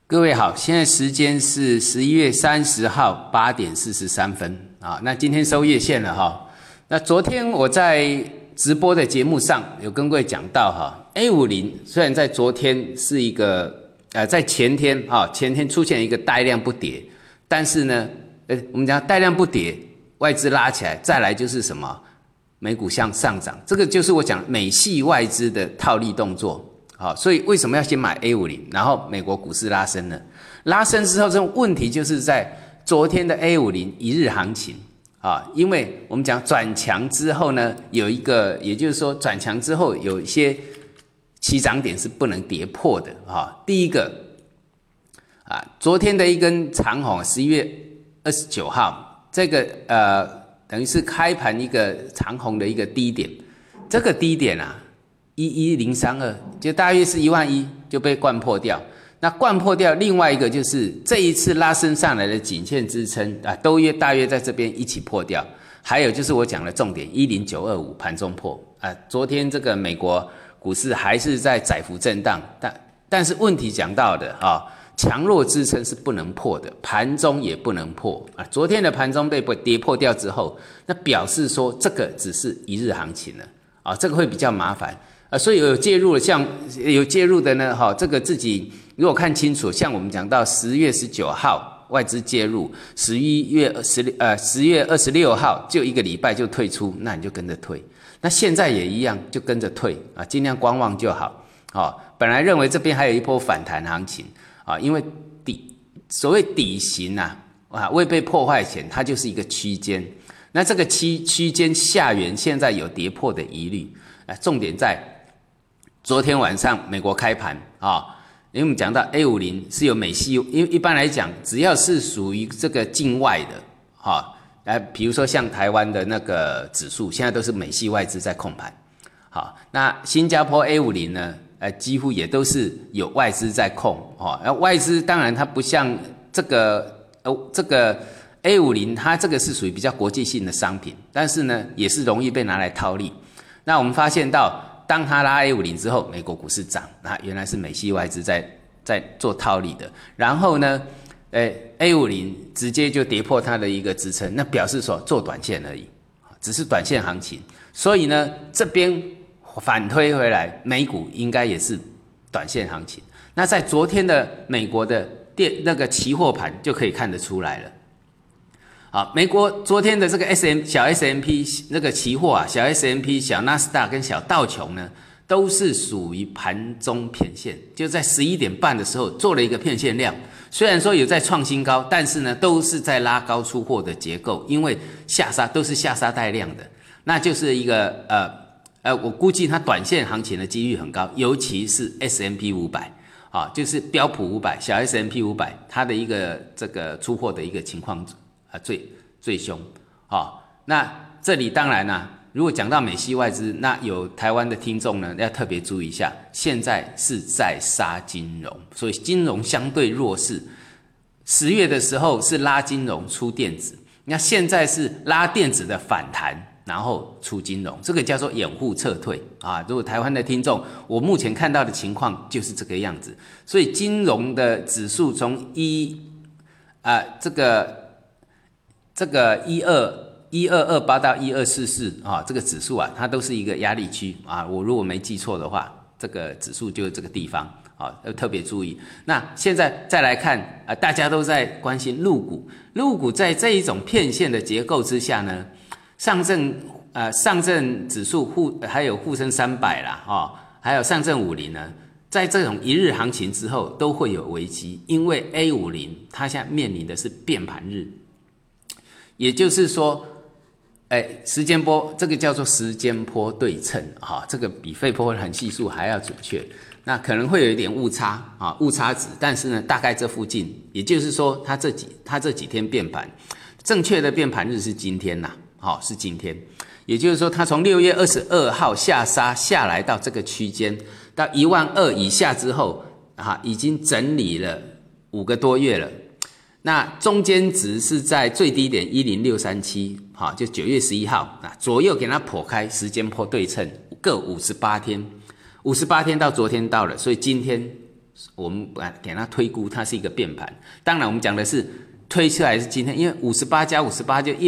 各位好，现在时间是11月30号8点43分啊。那今天收月线了哈。那昨天我在直播的节目上有跟各位讲到哈 ，A50 虽然在昨天是一个在前天出现一个带量不跌，但是呢，我们讲带量不跌，外资拉起来，再来就是什么？美股向上涨，这个就是我讲美系外资的套利动作。好，所以为什么要先买 A50， 然后美国股市拉升呢？拉升之后，这种问题就是在昨天的 A50 一日行情啊，因为我们讲转强之后呢，有一个，也就是说转强之后有一些起涨点是不能跌破的啊。第一个昨天的一根长红，11月29号，这个等于是开盘一个长红的一个低点，这个低点11032就大约是11000就被灌破掉。那灌破掉，另外一个就是这一次拉升上来的颈线支撑都大约在这边一起破掉。还有就是我讲的重点10925盘中破昨天这个美国股市还是在窄幅震荡，但是问题讲到的强弱支撑是不能破的，盘中也不能破昨天的盘中被跌破掉之后，那表示说这个只是一日行情了这个会比较麻烦所以有介入的，像有介入的呢这个自己如果看清楚，像我们讲到10月19号外资介入，10月26号就一个礼拜就退出，那你就跟着退。那现在也一样，就跟着退尽量观望就好本来认为这边还有一波反弹行情因为所谓底型未被破坏前，它就是一个区间。那这个区间下缘现在有跌破的疑虑重点在昨天晚上美国开盘因为我们讲到 A50 是有美系，因为一般来讲只要是属于这个境外的比如说像台湾的那个指数，现在都是美系外资在控盘那新加坡 A50 呢几乎也都是有外资在控外资当然它不像这个A50， 它这个是属于比较国际性的商品，但是呢也是容易被拿来套利。那我们发现到当它拉 A50 之后，美国股市涨，原来是美系外资在做套利的。然后呢A50 直接就跌破它的一个支撑，那表示说做短线而已，只是短线行情。所以呢这边反推回来，美股应该也是短线行情。那在昨天的美国的那个期货盘就可以看得出来了。美国昨天的这个小 S&P 那个期货小 S&P 小纳斯达跟小道琼呢，都是属于盘中骗线，就在11点半的时候做了一个骗线量。虽然说有在创新高，但是呢都是在拉高出货的结构，因为都是下杀带量的，那就是一个我估计它短线行情的几率很高，尤其是 S&P 500就是标普500小 S&P 500它的一个这个出货的一个情况最凶那这里当然如果讲到美系外资，那有台湾的听众呢要特别注意一下，现在是在杀金融，所以金融相对弱势。10月的时候是拉金融出电子，那现在是拉电子的反弹，然后出金融，这个叫做掩护撤退如果台湾的听众，我目前看到的情况就是这个样子。所以金融的指数从这个1228到1244这个指数它都是一个压力区我如果没记错的话，这个指数就是这个地方要特别注意。那现在再来看大家都在关心陆股在这一种骗线的结构之下呢，上证指数还有沪深300啦还有上证50呢，在这种一日行情之后都会有危机，因为 A50 它现在面临的是变盘日，也就是说时间波，这个叫做时间波对称这个比费波很系数还要准确，那可能会有一点误差误差值，但是呢大概这附近，也就是说它这几天变盘，正确的变盘日是今天是今天，也就是说它从6月22号下杀下来到这个区间，到12000以下之后已经整理了5个多月了。那中间值是在最低点10637就9月11号左右给它破开，时间波对称各58天，58天到昨天到了，所以今天我们给它推估它是一个变盘。当然我们讲的是推出来是今天，因为58加58就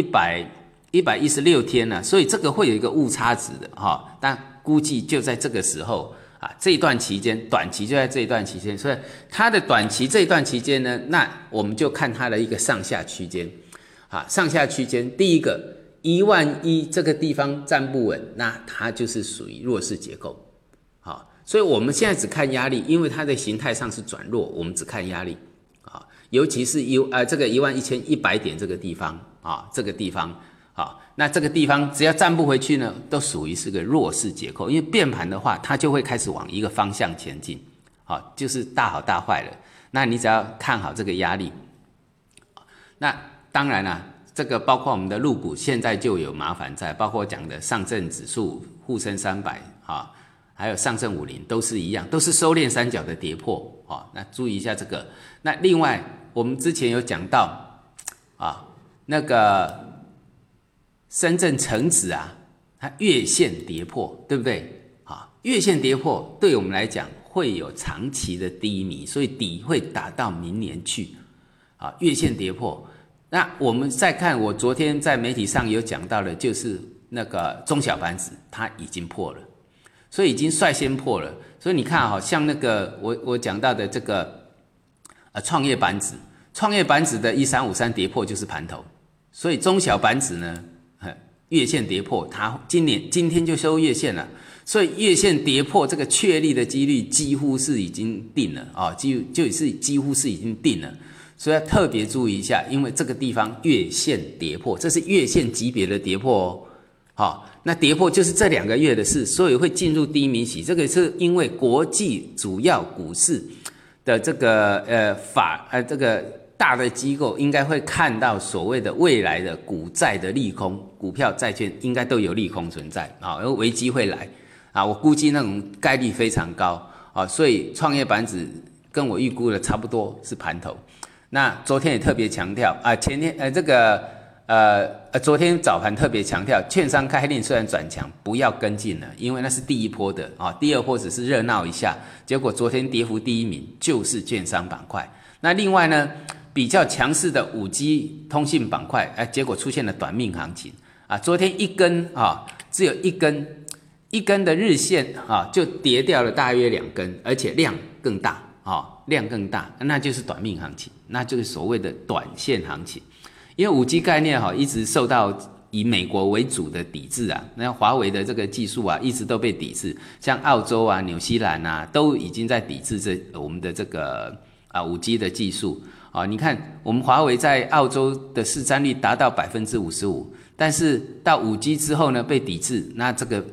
116天了，所以这个会有一个误差值的哈。但估计就在这个时候啊，这一段期间，短期就在这一段期间，所以它的短期这一段期间呢，那我们就看它的一个上下区间啊，上下区间第一个11000这个地方站不稳，那它就是属于弱势结构。好，所以我们现在只看压力，因为它的形态上是转弱，我们只看压力啊，尤其是这个11100点这个地方啊，这个地方啊，那这个地方只要站不回去呢，都属于是个弱势结构，因为变盘的话，它就会开始往一个方向前进，好，就是大好大坏了。那你只要看好这个压力，那当然啦，这个包括我们的陆股现在就有麻烦在，包括讲的上证指数、沪深300啊。还有上证50都是一样，都是收敛三角的跌破啊。那注意一下这个。那另外，我们之前有讲到啊，那个深圳成指啊，它月线跌破，对不对？啊，月线跌破对我们来讲会有长期的低迷，所以底会打到明年去啊。月线跌破，那我们再看，我昨天在媒体上有讲到的，就是那个中小板指它已经破了。所以已经率先破了，所以你看好像那个我讲到的这个创业板指的1353跌破就是盘头，所以中小板指呢月线跌破，它今天就收月线了，所以月线跌破这个确立的几率几乎是已经定了啊，几乎是已经定了，所以要特别注意一下，因为这个地方月线跌破，这是月线级别的跌破哦。好，那跌破就是这2个月的事，所以会进入低迷期。这个是因为国际主要股市的这个这个大的机构应该会看到所谓的未来的股债的利空，股票债券应该都有利空存在啊，而危机会来啊，我估计那种概率非常高啊，所以创业板指跟我预估的差不多是盘头。那昨天也特别强调啊，前天昨天早盘特别强调，券商概念虽然转强，不要跟进了，因为那是第一波的啊，第二波只是热闹一下，结果昨天跌幅第一名就是券商板块。那另外呢，比较强势的5G 通信板块，结果出现了短命行情啊，昨天一根啊，只有一根的日线啊，就跌掉了大约2根，而且量更大啊，量更大，那就是短命行情，那就是所谓的短线行情。因为 5G 概念一直受到以美国为主的抵制啊，那华为的这个技术啊一直都被抵制，像澳洲啊、纽西兰啊都已经在抵制我们的这个5G 的技术啊。你看我们华为在澳洲的市占率达到 55%， 但是到 5G 之后呢被抵制，那这个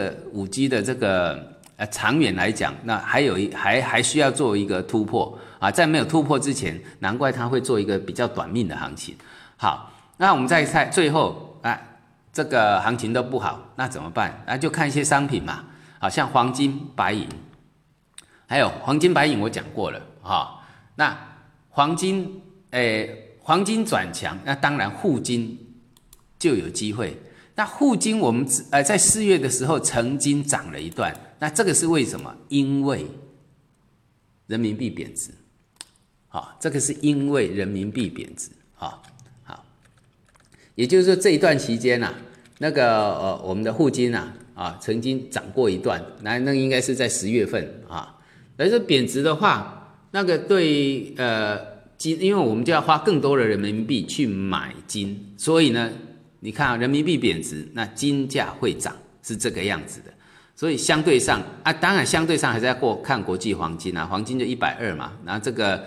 5G 的这个长远来讲，那还需要做一个突破啊，在没有突破之前，难怪它会做一个比较短命的行情。好，那我们再看最后这个行情都不好，那怎么办？就看一些商品嘛，好像黄金、白银，还有黄金、白银我讲过了哈。那黄金转强，那当然沪金就有机会。那沪金我们在4月的时候曾经涨了一段，那这个是为什么？因为人民币贬值，好，这个是因为人民币贬值，好。也就是说这一段期间那个我们的沪金曾经涨过一段，那应该是在10月份啊。但是贬值的话，那个对因为我们就要花更多的人民币去买金，所以呢，你看人民币贬值，那金价会涨，是这个样子的。所以相对上当然相对上还是要看国际黄金黄金就120嘛，然后这个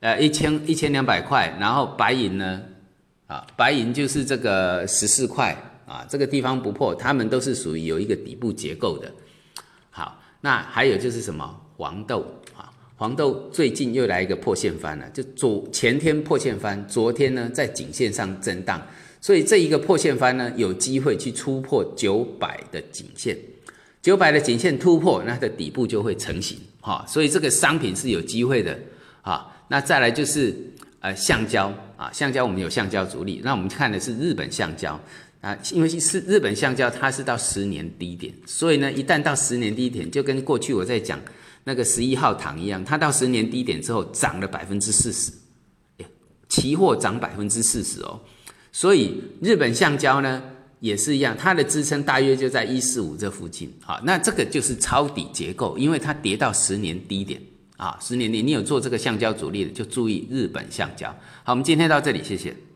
1200块，然后白银呢？白银就是这个14块这个地方不破，它们都是属于有一个底部结构的。好，那还有就是什么黄豆黄豆最近又来一个破线翻了，就前天破线翻，昨天呢在颈线上震荡，所以这一个破线翻呢有机会去突破900的颈线，900的颈线突破，那它的底部就会成型所以这个商品是有机会的那再来就是橡胶橡胶我们有橡胶阻力，那我们看的是日本橡胶因为是日本橡胶它是到10年低点，所以呢一旦到10年低点，就跟过去我在讲那个11号糖一样，它到10年低点之后涨了40%，期货涨40%哦。所以日本橡胶呢也是一样，它的支撑大约就在145这附近。好，那这个就是抄底结构，因为它跌到10年低点啊，10年低，你有做这个橡胶主力的就注意日本橡胶。好，我们今天到这里，谢谢。